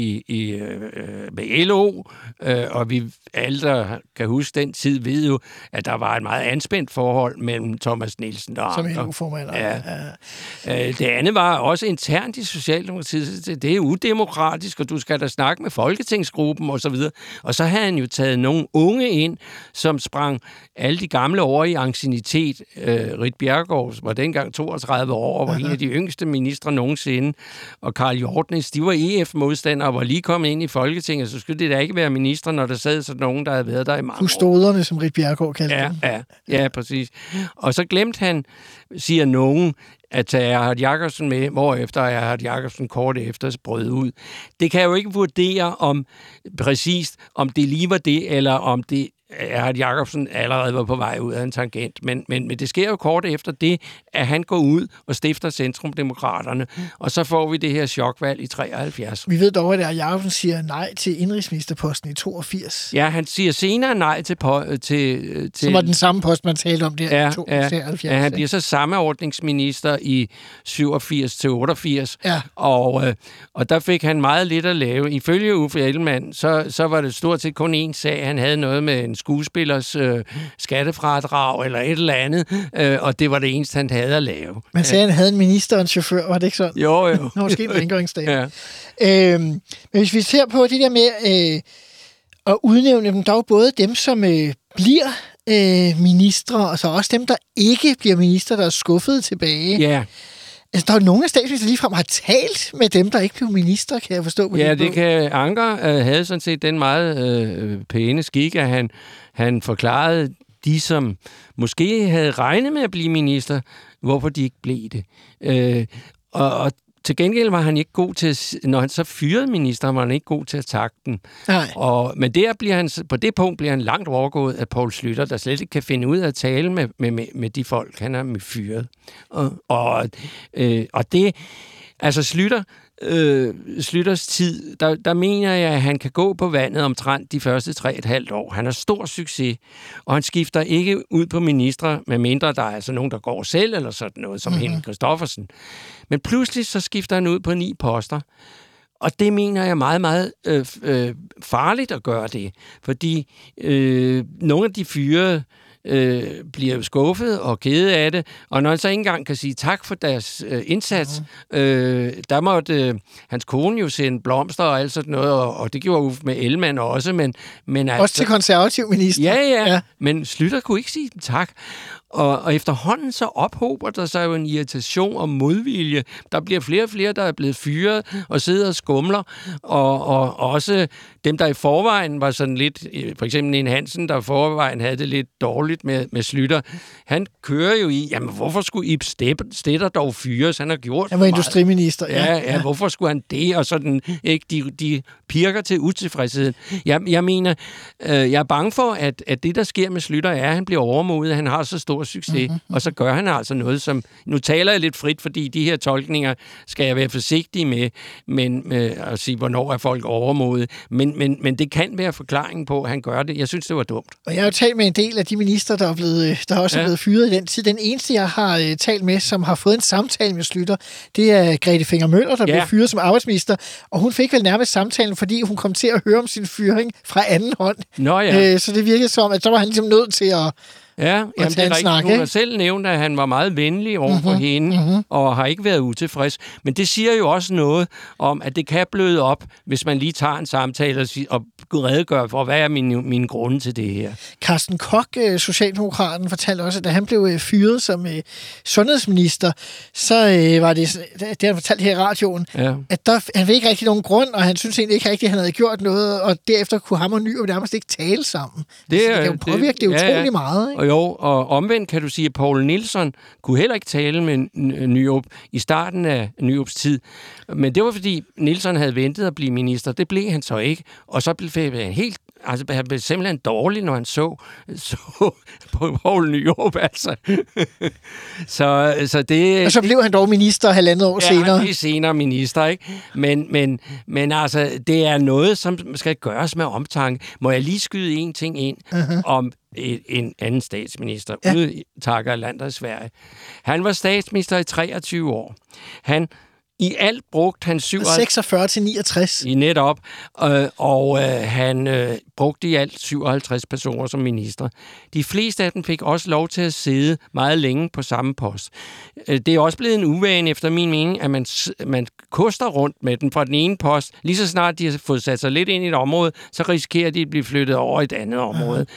med LO, og vi alle, der kan huske den tid, ved jo, at der var et meget anspændt forhold mellem Thomas Nielsen og Anker. Som LO-formand. Ja. Det andet var også internt i Socialdemokratiet. Det er udemokratisk, og du skal da snakke med folketingsgruppen og så videre. Og så havde han jo taget nogle unge ind, som sprang alle de gamle over i anciennitet. Ritt Bjerregaard var dengang 32 år, og var en af de yngste ministre nogensinde. Og Karl Hjortnes, de var EF-modstandere og var lige kommet ind i Folketinget, så skulle det da ikke være ministre, når der sad sådan nogen, der havde været der i mange år. Kustoderne, som Ritt Bjerregaard kaldte dem. Ja, præcis. Og så glemte han, siger nogen, at tage Erhard Jacobsen med, hvorefter Erhard Jacobsen kort efter brød ud. Det kan jeg jo ikke vurdere præcist, om det lige var det, eller om det Erhard Jacobsen allerede var på vej ud af en tangent. Men det sker jo kort efter det, at han går ud og stifter Centrumdemokraterne, og så får vi det her chokvalg i 73. Vi ved dog, at Erhard Jacobsen siger nej til indrigsministerposten i 82. Ja, han siger senere nej til som var den samme post, man talte om der i 72. Ja, han bliver så samordningsminister i 87 til 88, og der fik han meget lidt at lave. Ifølge Uffe Ellemann, så var det stort set kun én sag. Han havde noget med en skuespillers skattefradrag eller et eller andet, og det var det eneste, han havde at lave. Man sagde, at han havde en minister og en chauffør, var det ikke sådan? Jo. Nå, måske en rengøringsdag. Ja. Men hvis vi ser på det der med at udnævne dem, der er jo både dem, som bliver ministre, og så også dem, der ikke bliver ministre, der er skuffet tilbage. Ja. Altså, der er jo nogle af statsminister ligefrem har talt med dem, der ikke blev minister, kan jeg forstå. På det kan Anker havde sådan set den meget pæne skik, at han forklarede de, som måske havde regnet med at blive minister, hvorfor de ikke blev det. Og til gengæld var han ikke god til, når han så fyrede minister, var han ikke god til at takke den. Men på det punkt bliver han langt overgået af Poul Schlüter, der slet ikke kan finde ud af at tale med de folk, han har fyret. Og det, altså Schlüters tid, der mener jeg, at han kan gå på vandet omtrent de første 3,5 år. Han har stor succes, og han skifter ikke ud på ministre, medmindre der er altså nogen, der går selv, eller sådan noget, som Henning Christoffersen. Men pludselig så skifter han ud på 9 poster. Og det mener jeg er meget, meget farligt at gøre det. Fordi nogle af de fyrede bliver skuffet og kede af det, og når han så ikke engang kan sige tak for deres indsats, der måtte hans kone jo sende blomster og alt sådan noget, og det gjorde Uffe med Ellemann også, men altså, også til konservativ minister. Ja, men Schlüter kunne ikke sige tak. Og efterhånden så ophober der sig jo en irritation og modvilje. Der bliver flere og flere, der er blevet fyret og sidder og skumler, og også dem, der i forvejen var sådan lidt, for eksempel en Hansen, der i forvejen havde det lidt dårligt med Schlüter. Han kører jo i, jamen hvorfor skulle Ib Stedter dog fyres? Han har gjort han var industriminister. Ja, hvorfor skulle han det? Og sådan, ikke, de pirker til utilfredsheden. Jeg mener, jeg er bange for, at det, der sker med Schlüter, er, at han bliver overmodet. Han har så stor succes, og så gør han altså noget, som... Nu taler jeg lidt frit, fordi de her tolkninger skal jeg være forsigtig med at sige, hvornår er folk overmodet. Men det kan være forklaringen på, at han gør det. Jeg synes, det var dumt. Og jeg har jo talt med en del af de minister, der også er blevet fyret i den tid. Den eneste, jeg har talt med, som har fået en samtale med Schlüter, det er Grete Finger Møller, der blev fyret som arbejdsminister, og hun fik vel nærmest samtalen, fordi hun kom til at høre om sin fyring fra anden hånd. Så det virkede som, at så var han ligesom nødt til at... Ja, jamen, det er rigtigt. Hun har selv nævnt, at han var meget venlig over for hende, og har ikke været utilfreds. Men det siger jo også noget om, at det kan bløde op, hvis man lige tager en samtale og redegør for, hvad er mine grunde til det her. Carsten Koch, Socialdemokraten, fortalte også, at da han blev fyret som sundhedsminister, så var det han fortalte her i radioen, at han fik ikke rigtig nogen grund, og han synes egentlig ikke rigtig, at han havde gjort noget, og derefter kunne ham og Nyrup nærmest ikke tale sammen. Det kan jo påvirke det utrolig meget, ikke? Og omvendt kan du sige, at Poul Nielsen kunne heller ikke tale med Nyrup i starten af Nyrups tid. Men det var, fordi Nielsen havde ventet at blive minister. Det blev han så ikke. Og så blev han blev simpelthen dårlig, når han så på Poul Nyrup, altså. så det... Og så blev han dog minister 1,5 år senere. Ja, han blev senere minister, ikke? Men altså, det er noget, som skal gøres med omtanke. Må jeg lige skyde en ting ind om en anden statsminister ude i Tage Erlander i Sverige. Han var statsminister i 23 år. I alt brugte han 46 til 69. I netop, og han brugte i alt 57 personer som minister. De fleste af dem fik også lov til at sidde meget længe på samme post. Det er også blevet en uvane, efter min mening, at man koster rundt med den fra den ene post. Lige så snart de har fået sat sig lidt ind i et område, så risikerer de at blive flyttet over i et andet område.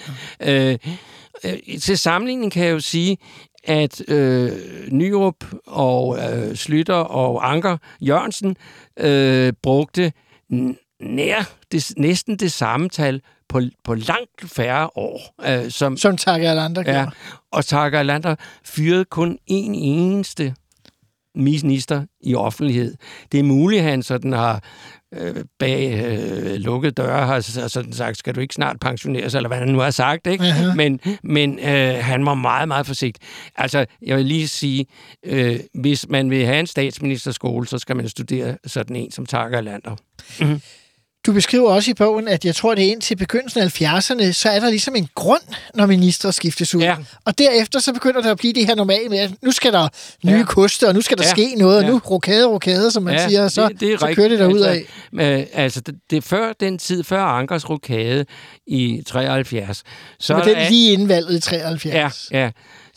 Til sammenligning kan jeg jo sige, at Nyrup og Schlüter og Anker Jørgensen brugte næsten det samme tal på langt færre år. Som Tage Erlander gjorde. Ja, og Tage Erlander fyrede kun en eneste minister i offentlighed. Det er muligt, at han sådan har bag lukkede døre har sådan sagt, skal du ikke snart pensioneres, eller hvad han nu har sagt, ikke? Uh-huh. Men han var meget, meget forsigtig. Altså, jeg vil lige sige, hvis man vil have en statsministerskole, så skal man studere sådan en som Tage Erlander. Mm-hmm. Du beskriver også i bogen, at jeg tror, det er indtil begyndelsen af 70'erne, så er der ligesom en grund, når ministre skiftes ud. Ja. Og derefter så begynder der at blive det her normale med, at nu skal der nye koste, og nu skal der ske noget, og nu rokade, som man siger, og så kører det derudad. Altså, det før den tid, før Ankers rokade i 73. Så men den lige inden valget i 73. Ja.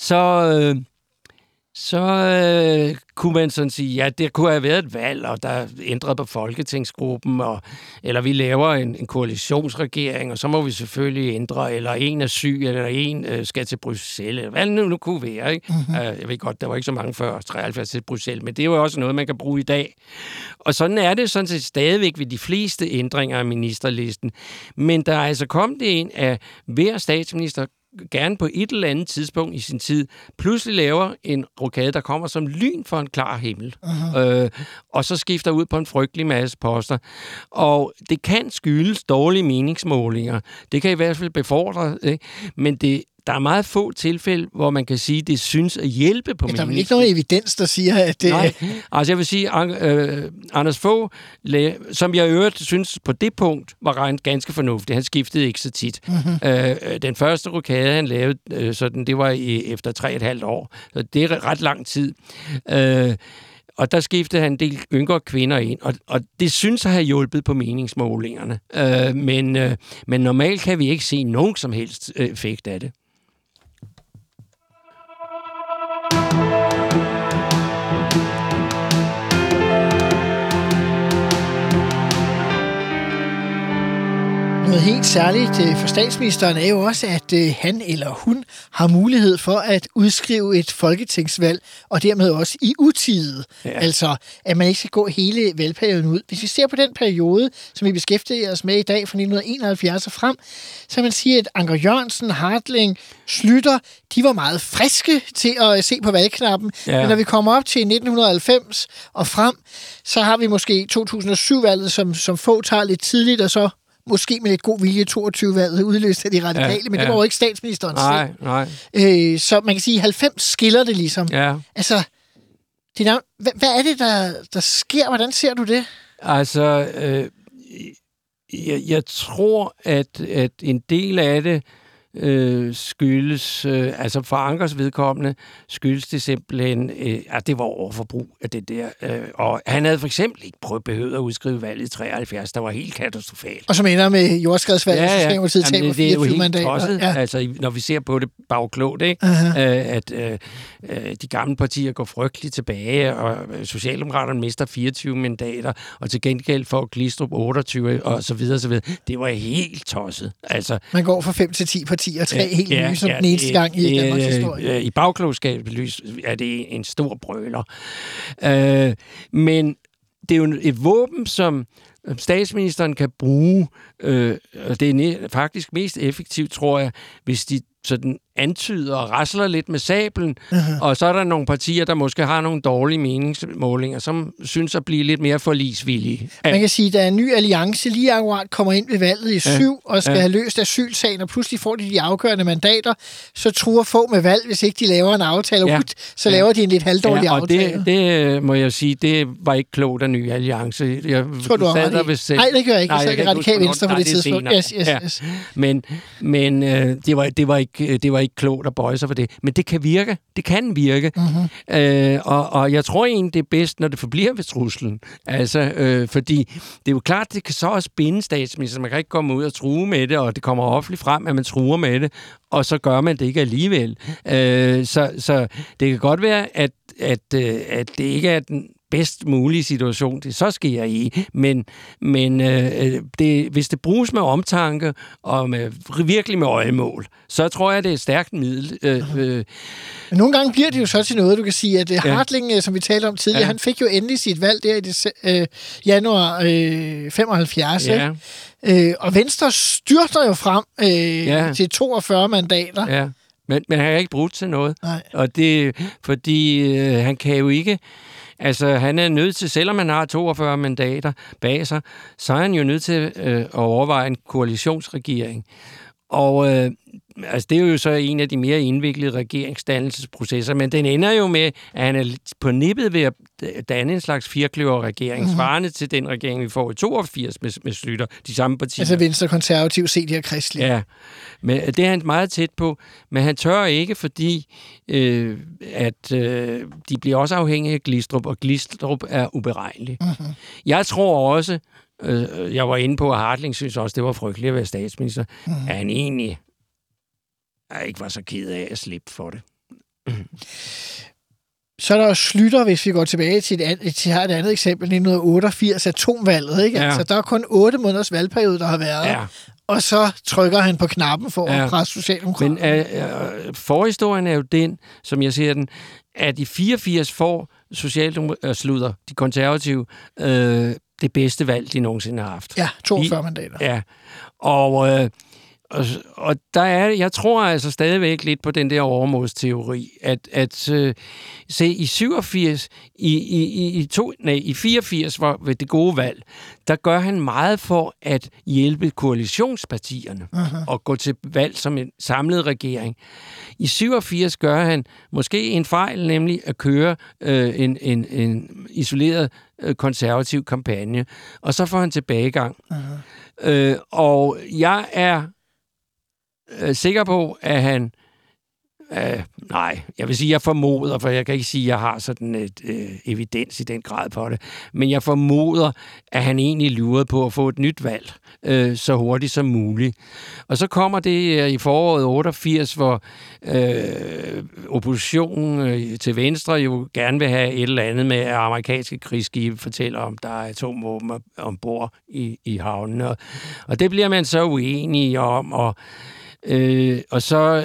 Så kunne man sådan sige, ja, det kunne have været et valg, og der ændret på folketingsgruppen, eller vi laver en koalitionsregering, og så må vi selvfølgelig ændre, eller en er syg, eller en skal til Bruxelles, eller hvad det nu kunne være, ikke? Mm-hmm. Jeg ved godt, der var ikke så mange før 73 til Bruxelles, men det er jo også noget, man kan bruge i dag. Og sådan er det sådan set stadigvæk ved de fleste ændringer af ministerlisten. Men der er altså kommet en af hver statsminister, gerne på et eller andet tidspunkt i sin tid, pludselig laver en rokade, der kommer som lyn for en klar himmel. Uh-huh. Og så skifter ud på en frygtelig masse poster. Og det kan skyldes dårlige meningsmålinger. Det kan i hvert fald befordre, ikke? Men der er meget få tilfælde, hvor man kan sige, at det synes at hjælpe på meningsmålinger. Der er ikke noget evidens, der siger, at det... Nej, altså jeg vil sige, Anders Fogh, som jeg i øvrigt synes på det punkt, var rent ganske fornuftigt. Han skiftede ikke så tit. Mm-hmm. Den første rokade, han lavede, sådan, det var efter 3,5 år. Så det er ret lang tid. Og der skiftede han en del yngre kvinder ind, og det synes at have hjulpet på meningsmålingerne. Men normalt kan vi ikke se nogen som helst effekt af det. Noget helt særligt for statsministeren er jo også, at han eller hun har mulighed for at udskrive et folketingsvalg, og dermed også i utide. Ja. Altså, at man ikke skal gå hele valgperioden ud. Hvis vi ser på den periode, som vi beskæftiger os med i dag, fra 1971 og frem, så kan man sige, at Anker Jørgensen, Hartling, Schlüter, de var meget friske til at se på valgknappen. Ja. Men når vi kommer op til 1990 og frem, så har vi måske 2007-valget, som få tager lidt tidligt, og så måske med lidt god vilje 22-valget udløst af de radikale, men det var jo ikke statsministeren selv. Nej. Så man kan sige, 90 skiller det ligesom. Ja. Altså, hvad er det, der sker? Hvordan ser du det? Altså, jeg tror, at en del af det skyldes, altså for Ankers vedkommende, skyldes det simpelthen, at det var overforbrug af det der. Og han havde for eksempel ikke behøvet at udskrive valget i 73, der var helt katastrofalt. Og som ender med jordskredsvalget, så skal det er jo helt tosset, altså når vi ser på det bagklogt, ikke? At de gamle partier går frygteligt tilbage, og Socialdemokraterne mister 24 mandater, og til gengæld får Glistrup 28, og så videre, så videre. Det var helt tosset. Altså, man går fra 5 til 10 partier, 3 helt nye, som den eneste gang i Danmarks historie. I bagklogskabet er det en stor brøler. Men det er jo et våben, som statsministeren kan bruge, og det er faktisk mest effektivt, tror jeg, hvis de sådan antyder og rasler lidt med sablen, og så er der nogle partier, der måske har nogle dårlige meningsmålinger, som synes at blive lidt mere forligsvillige. Man kan sige, at der er en ny alliance lige akkurat kommer ind ved valget i 7, og skal have løst asylsagen, og pludselig får de afgørende mandater, så truer få med valg, hvis ikke de laver en aftale, så laver de en lidt halvdårlig aftale. Det må jeg sige, det var ikke klogt af ny alliance. Tror du nej, det gør jeg ikke. Så er det radikale Venstre på det tidspunkt. Yes. Men det var ikke klogt at bøje sig for det. Men det kan virke. Det kan virke. Og jeg tror egentlig, det er bedst, når det forbliver ved truslen. Altså, fordi det er jo klart, det kan så også binde statsministeren. Man kan ikke komme ud og true med det, og det kommer offentligt frem, at man truer med det, og så gør man det ikke alligevel. Så det kan godt være, at det ikke er den bedst mulige situation, det så sker i. Men hvis det bruges med omtanke og virkelig med øjemål, så tror jeg, det er et stærkt middel. Men nogle gange bliver det jo så til noget, du kan sige, at Hartling, som vi talte om tidligere, han fik jo endelig sit valg der i januar 75. Og Venstre styrter jo frem til 42 mandater. Men han har ikke brugt til noget. Nej. Og det fordi han kan jo ikke... Altså, han er nødt til, selvom han har 42 mandater bag sig, så er han jo nødt til at overveje en koalitionsregering. Og altså, det er jo så en af de mere indviklede regeringsdannelsesprocesser, men den ender jo med, at han er på nippet ved at danne en slags firkløverregering, svarende til den regering, vi får i 82 med Schlüter, de samme partier. Altså Venstre, Konservativ, CD og Kristelig. Ja, men det er han meget tæt på, men han tør ikke, fordi de bliver også afhængige af Glistrup, og Glistrup er uberegnelig. Mm-hmm. Jeg tror også, jeg var inde på, at Hartling synes også, det var frygteligt at være statsminister, at han egentlig ikke var så ked af at slippe for det. Så er der også Schlüter, hvis vi går tilbage til et andet eksempel, 1988, atomvalget, ikke? Ja. Altså, der er kun 8 måneders valgperiode, der har været. Ja. Og så trykker han på knappen for at presse Socialdemokraterne. Men forhistorien er jo den, som jeg ser den, at i 84 får de konservative, det bedste valg, de nogensinde har haft. Ja, 42 mandater. Ja, og der er, jeg tror altså stadigvæk lidt på den der overmodsteori, at se i 87, i 84 var ved det gode valg, der gør han meget for at hjælpe koalitionspartierne og gå til valg som en samlet regering. I 87 gør han måske en fejl, nemlig at køre en isoleret konservativ kampagne, og så får han tilbagegang. Og jeg er sikker på, at han... jeg vil sige, jeg formoder, for jeg kan ikke sige, at jeg har sådan et evidens i den grad på det, men jeg formoder, at han egentlig lurede på at få et nyt valg så hurtigt som muligt. Og så kommer det i foråret 88, hvor oppositionen til Venstre jo gerne vil have et eller andet med, at amerikanske krigsskibe fortæller om, der er atomvåben ombord i havnen. Og det bliver man så uenige om, og så...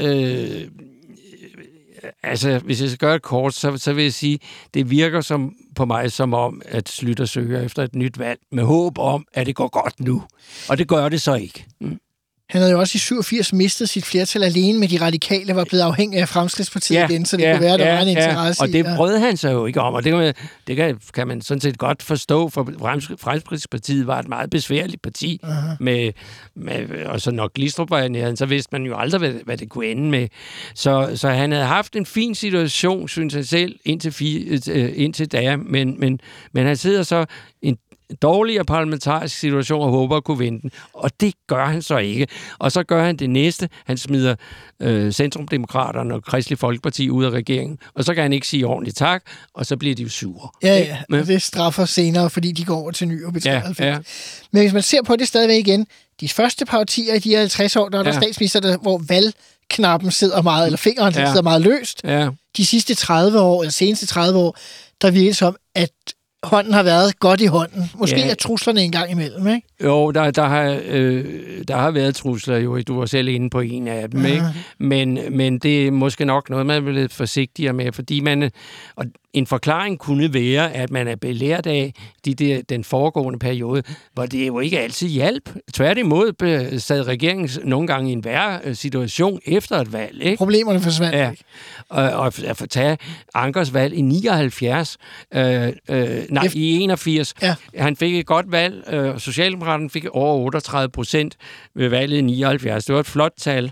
altså, hvis jeg skal gøre det kort, så vil jeg sige, det virker på mig som om, at Schlüter søger efter et nyt valg med håb om, at det går godt nu. Og det gør det så ikke. Han havde jo også i 87 mistet sit flertal alene med de radikale, var blevet afhængig af Fremskridtspartiet igen, så det kunne være, der var en interesse i. Og det brød han sig jo ikke om, og det kan man sådan set godt forstå, for Fremskridtspartiet var et meget besværligt parti, og så når Glistrup var nede, så vidste man jo aldrig, hvad det kunne ende med. Så han havde haft en fin situation, synes jeg selv, indtil da, men han sidder så en dårligere parlamentarisk situation og håber at kunne vinde den. Og det gør han så ikke. Og så gør han det næste. Han smider Centrumdemokraterne og Kristelig Folkeparti ud af regeringen. Og så kan han ikke sige ordentligt tak, og så bliver de jo sure. Ja, og det straffer senere, fordi de går over til ny og betalt. Ja. Men hvis man ser på det stadigvæk igen, de første partier i de her 50 år, der er der statsminister, hvor valgknappen sidder meget, eller fingeren sidder meget løst. Ja. De sidste 30 år, eller seneste 30 år, der virker det som, at hånden har været godt i hånden. Måske er truslerne en gang imellem, ikke? Jo, der har været trusler, jo. Du var selv inde på en af dem, ikke? Men det er måske nok noget, man er lidt forsigtigere med, fordi og en forklaring kunne være, at man er belært af den foregående periode, hvor det jo ikke altid hjalp. Tværtimod sad regeringen nogle gange i en værre situation efter et valg, ikke? Problemerne forsvandt ikke. Og at tage Ankers valg i 79, i 81. Ja. Han fik et godt valg. Socialdemokraterne fik over 38% ved valget i 79. Det var et flot tal.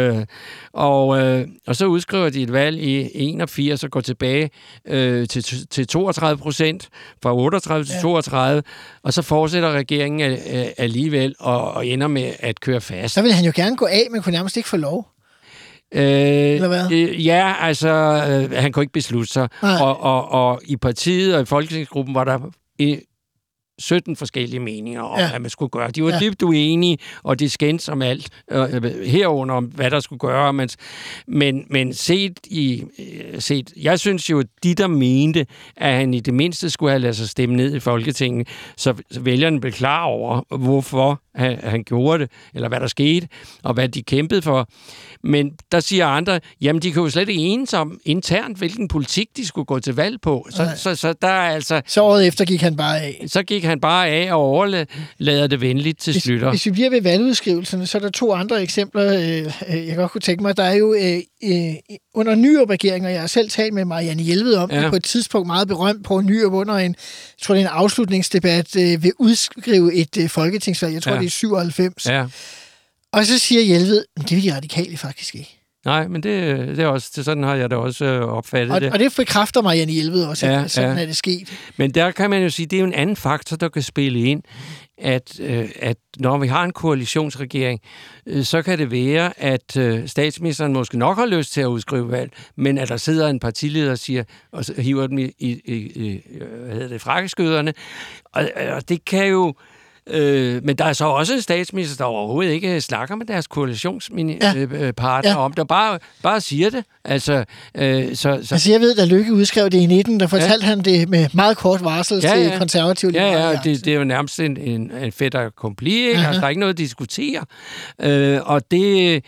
Og så udskriver de et valg i 81 og går tilbage til 32%, fra 38 til 32, og så fortsætter regeringen alligevel og ender med at køre fast. Så vil han jo gerne gå af, men kunne nærmest ikke få lov. Eller hvad? Han kunne ikke beslutte sig. Og i partiet og i folketingsgruppen var der 17 forskellige meninger om, hvad man skulle gøre. De var dybt uenige, og det skændtes om alt herunder om, hvad der skulle gøre. Men set, jeg synes jo, de der mente, at han i det mindste skulle have ladet sig stemme ned i Folketinget, så vælgerne blev klar over, hvorfor han gjorde det, eller hvad der skete, og hvad de kæmpede for. Men der siger andre, jamen de kan jo slet ikke enes om internt, hvilken politik de skulle gå til valg på. Så der er altså... Så året efter gik han bare af. Så gik han bare af og overlader det venligt til Schlüter. Hvis vi bliver ved valgudskrivelserne, så er der 2 andre eksempler, jeg godt kunne tænke mig. Der er jo under Nyrup-regeringen, og jeg har selv talt med Marianne Jelved om det, på et tidspunkt meget berømt på Nyrup under en afslutningsdebat vil udskrive et folketingsvalg. Jeg tror, det er 97. Ja. Og så siger Jelved, det vil de radikale faktisk ikke. Nej, men det er også, sådan har jeg da også opfattet det. Og det bekræfter Marianne Jelved også, at sådan er det sket. Men der kan man jo sige, det er jo en anden faktor, der kan spille ind, at når vi har en koalitionsregering, så kan det være, at statsministeren måske nok har lyst til at udskrive valg, men at der sidder en partileder og siger, og hiver dem i frakkeskøderne, og det kan jo... men der er så også en statsminister, der overhovedet ikke snakker med deres koalitionspartner om det, bare siger det. Altså, jeg ved, da Løkke udskrev det i 19, der fortalte han det med meget kort varsel til konservative. Det er jo nærmest en fait accompli, ikke? Altså, der er ikke noget at diskutere. Og det...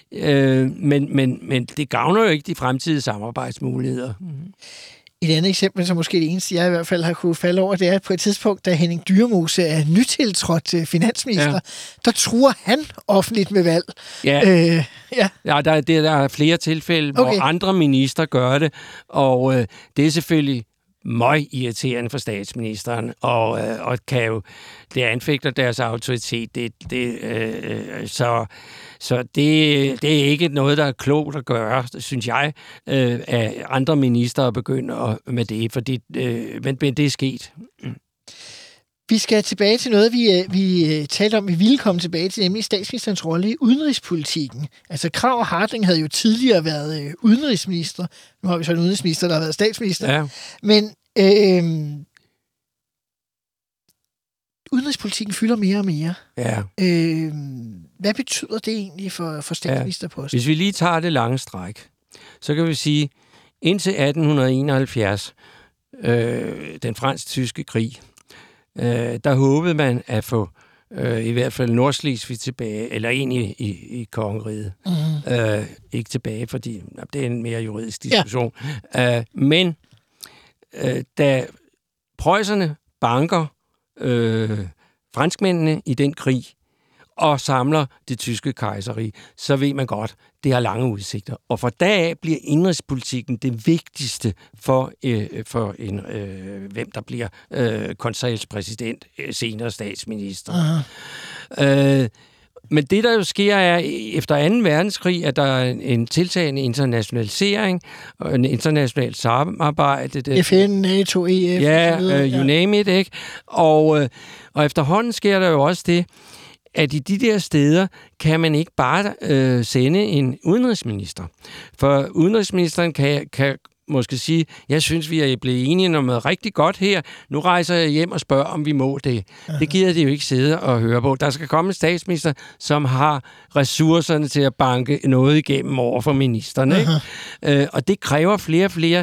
men det gavner jo ikke de fremtidige samarbejdsmuligheder. Et andet eksempel, som måske det eneste, jeg i hvert fald har kunne falde over, det er på et tidspunkt, da Henning Dyremose er nytiltrådt finansminister, der truer han offentligt med valg. Ja, der er flere tilfælde, hvor andre minister gør det, og det er selvfølgelig meget irriterende for statsministeren, og kan jo, det anfægter deres autoritet. Så det er ikke noget, der er klogt at gøre, synes jeg, at andre ministre begynder med det, fordi, men det er sket. Vi skal tilbage til noget, vi talte om, vi ville komme tilbage til, nemlig statsministerens rolle i udenrigspolitikken. Altså Krag og Hartling havde jo tidligere været udenrigsminister. Nu har vi så en udenrigsminister, der har været statsminister. Ja. Men udenrigspolitikken fylder mere og mere. Ja. Hvad betyder det egentlig for statsministerposten? Hvis vi lige tager det lange stræk, så kan vi sige, indtil 1871, den fransk-tyske krig, der håbede man at få i hvert fald Nordslesvig tilbage, eller en i kongeriget. Ikke tilbage, fordi det er en mere juridisk diskussion. Ja. Men da preusserne banker franskmændene i den krig, og samler det tyske kejserrige, så ved man godt, det har lange udsigter. Og fra dag af bliver indrigspolitikken det vigtigste for hvem der bliver konseilspræsident, senere statsminister. Men det, der jo sker, er, efter 2. verdenskrig, at der er en tiltagende internationalisering og en internationalt samarbejde. FN, NATO, EF. You name it, ikke? Og efterhånden sker der jo også det, at i de der steder kan man ikke bare sende en udenrigsminister. For udenrigsministeren kan måske sige, jeg synes, vi er blevet enige om noget rigtig godt her. Nu rejser jeg hjem og spørger, om vi må det. Det gider de jo ikke sidde og høre på. Der skal komme en statsminister, som har ressourcerne til at banke noget igennem over for ministerne. Ikke? Og det kræver flere og flere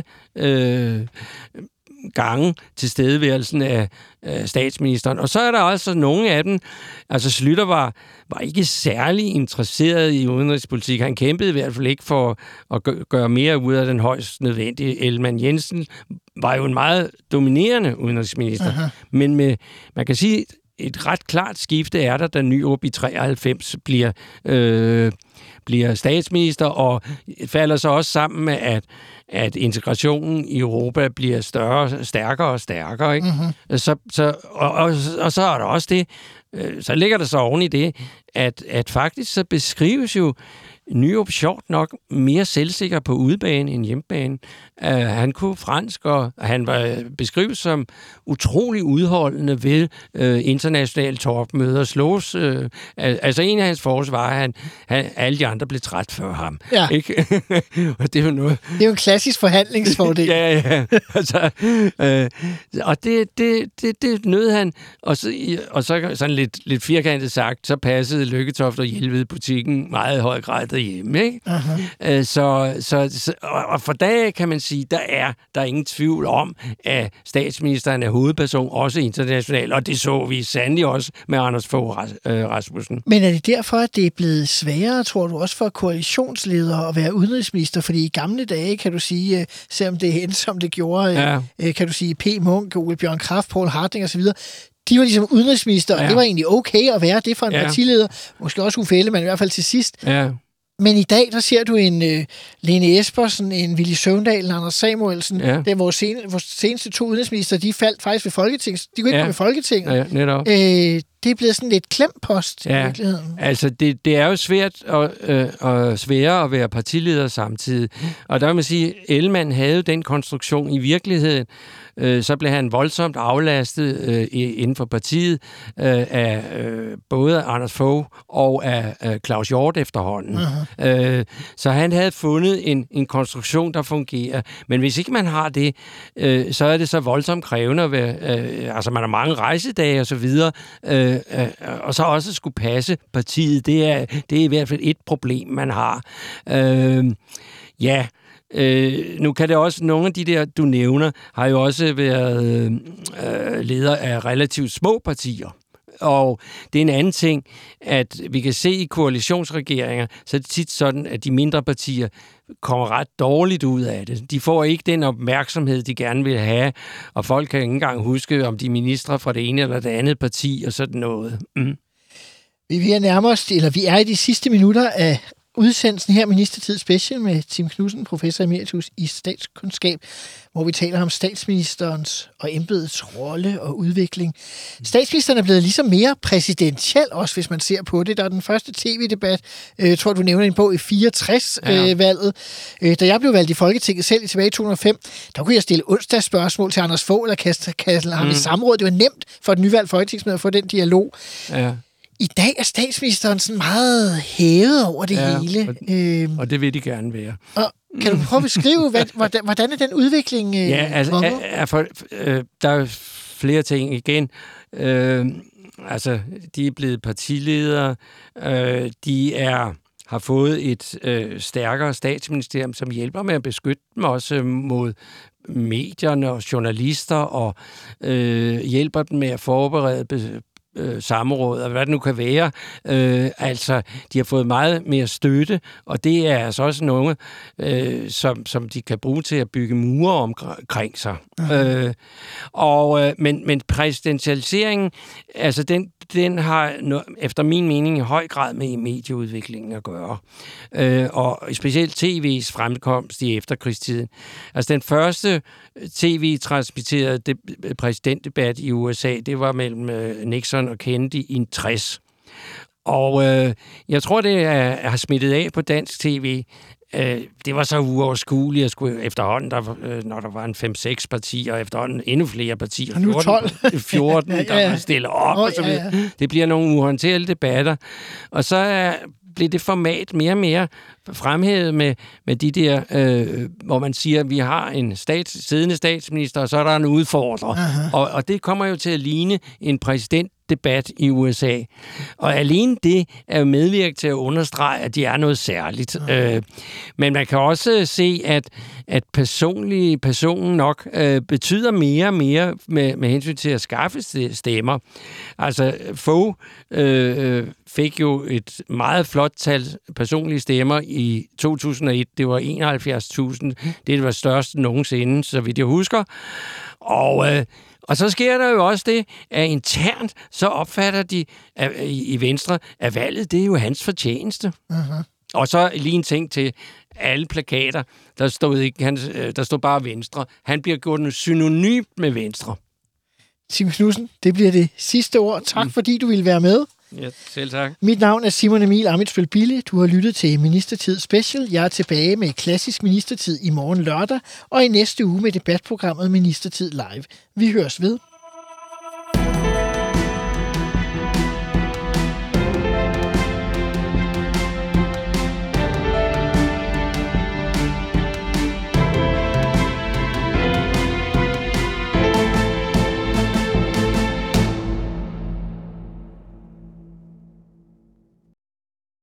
gange tilstedeværelsen af statsministeren. Og så er der altså nogle af dem, altså Schlüter var ikke særlig interesseret i udenrigspolitik. Han kæmpede i hvert fald ikke for at gøre mere ud af den højst nødvendige. Ellemann Jensen var jo en meget dominerende udenrigsminister. Men man kan sige, et ret klart skifte er der, da Nyrup i 93 bliver statsminister, og falder så også sammen med, at integrationen i Europa bliver stærkere og stærkere. Ikke? Og så er der også det, så ligger der så oven i det, at faktisk så beskrives jo Nyrup sjovt nok mere selvsikker på udebane end hjemmebane. Han kunne fransk, og han var beskrevet som utrolig udholdende ved internationale topmøder. Slås, altså en af hans forsvar, han alle de andre blev træt før ham. Ja. Ikke? Og det er jo noget. Det er jo en klassisk forhandlingsfordel. Ja. Altså, og det nød han. Og så sådan lidt firkantet sagt, så passede Lykketoft og Jelved butikken meget i høj grad derhjemme. Ikke? Og for dag kan man sige, der er ingen tvivl om, at statsministeren er hovedperson, også internationalt, og det så vi sandelig også med Anders Fogh Rasmussen. Men er det derfor, at det er blevet sværere, tror du, også for koalitionsledere at være udenrigsminister? Fordi i gamle dage, kan du sige, selvom det endte som det gjorde, kan du sige P. Munk, Ole Bjørn Kraft, Poul Hartling osv., de var ligesom udenrigsminister, og det var egentlig okay at være det for en partileder. Måske også Uffe Ellemann, i hvert fald til sidst. Ja. Men i dag, der ser du en Lene Espersen, en Villy Søvndal, en Anders Samuelsen. Ja. Det er vores seneste 2 udenrigsminister, de faldt faktisk ved Folketinget. De kunne ikke komme i Folketinget. Ja, netop. Det er blevet sådan lidt klempost i virkeligheden. Altså det er jo svært og sværere at være partileder samtidig. Og der vil man sige, Ellemann havde den konstruktion i virkeligheden. Så blev han voldsomt aflastet inden for partiet af både Anders Fogh og af Claus Hjort efterhånden. Så han havde fundet en konstruktion, der fungerer. Men hvis ikke man har det, så er det så voldsomt krævende at være... altså man har mange rejsedage og så videre, og så også skulle passe partiet. Det er i hvert fald et problem, man har. Nu kan det også, nogle af de der, du nævner, har jo også været leder af relativt små partier. Og det er en anden ting, at vi kan se i koalitionsregeringer, så er det tit sådan, at de mindre partier kommer ret dårligt ud af det. De får ikke den opmærksomhed, de gerne vil have, og folk kan ikke engang huske, om de er ministre fra det ene eller det andet parti, og sådan noget. Vi er i de sidste minutter af udsendelsen her, Ministertid Special, med Tim Knudsen, professor emeritus i statskundskab, hvor vi taler om statsministerens og embedets rolle og udvikling. Statsministeren er blevet ligesom mere præsidentiel, også hvis man ser på det. Der er den første tv-debat, jeg tror, du nævner en bog i 64-valget. Da jeg blev valgt i Folketinget selv tilbage i 2005, der kunne jeg stille onsdagsspørgsmål til Anders Fogh, eller kaste ham i samråd. Det var nemt for et nyvalgt folketingsmedlem at få den dialog. Ja. I dag er statsministeren sådan meget hævet over det hele. Og det vil de gerne være. Og kan du prøve at beskrive, hvordan er den udvikling? Der er flere ting igen. De er blevet partiledere. De har fået et stærkere statsministerium, som hjælper med at beskytte dem også mod medierne og journalister, og hjælper dem med at forberede samråd, og hvad det nu kan være. De har fået meget mere støtte, og det er altså også nogle, som de kan bruge til at bygge mure omkring sig. Men præsidentialiseringen, altså den har efter min mening i høj grad med medieudviklingen at gøre. Og specielt TV's fremkomst i efterkrigstiden. Altså den første tv-transmitterede præsidentdebat i USA, det var mellem Nixon og Kennedy i 60. Og jeg tror, det har smittet af på dansk tv. Det var så uoverskueligt at skulle efterhånden, når der var en 5-6 partier, og efterhånden endnu flere partier. 14, der var stillet op og så videre. Det bliver nogle uhåndterlige debatter. Og så blev det format mere og mere fremhævet med de der, hvor man siger, at vi har en siddende statsminister, og så er der en udfordrer. Og det kommer jo til at ligne en præsidentdebat i USA. Og alene det er jo medvirket til at understrege, at de er noget særligt. Men man kan også se, at personen nok betyder mere og mere med hensyn til at skaffe stemmer. Altså Fogh fik jo et meget flot tal personlige stemmer i 2001. Det var 71.000. Det var størst nogensinde, så vidt jeg husker. Og så sker der jo også det, at internt så opfatter de i Venstre, at valget, det er jo hans fortjeneste. Og så lige en ting til alle plakater, der stod bare Venstre. Han bliver gjort synonymt med Venstre. Tim Knudsen, det bliver det sidste ord. Tak fordi du ville være med. Ja, selv tak. Mit navn er Simon Emil Ammitzbøll-Bille. Du har lyttet til Ministertid Special. Jeg er tilbage med klassisk Ministertid i morgen lørdag, og i næste uge med debatprogrammet Ministertid Live. Vi høres ved.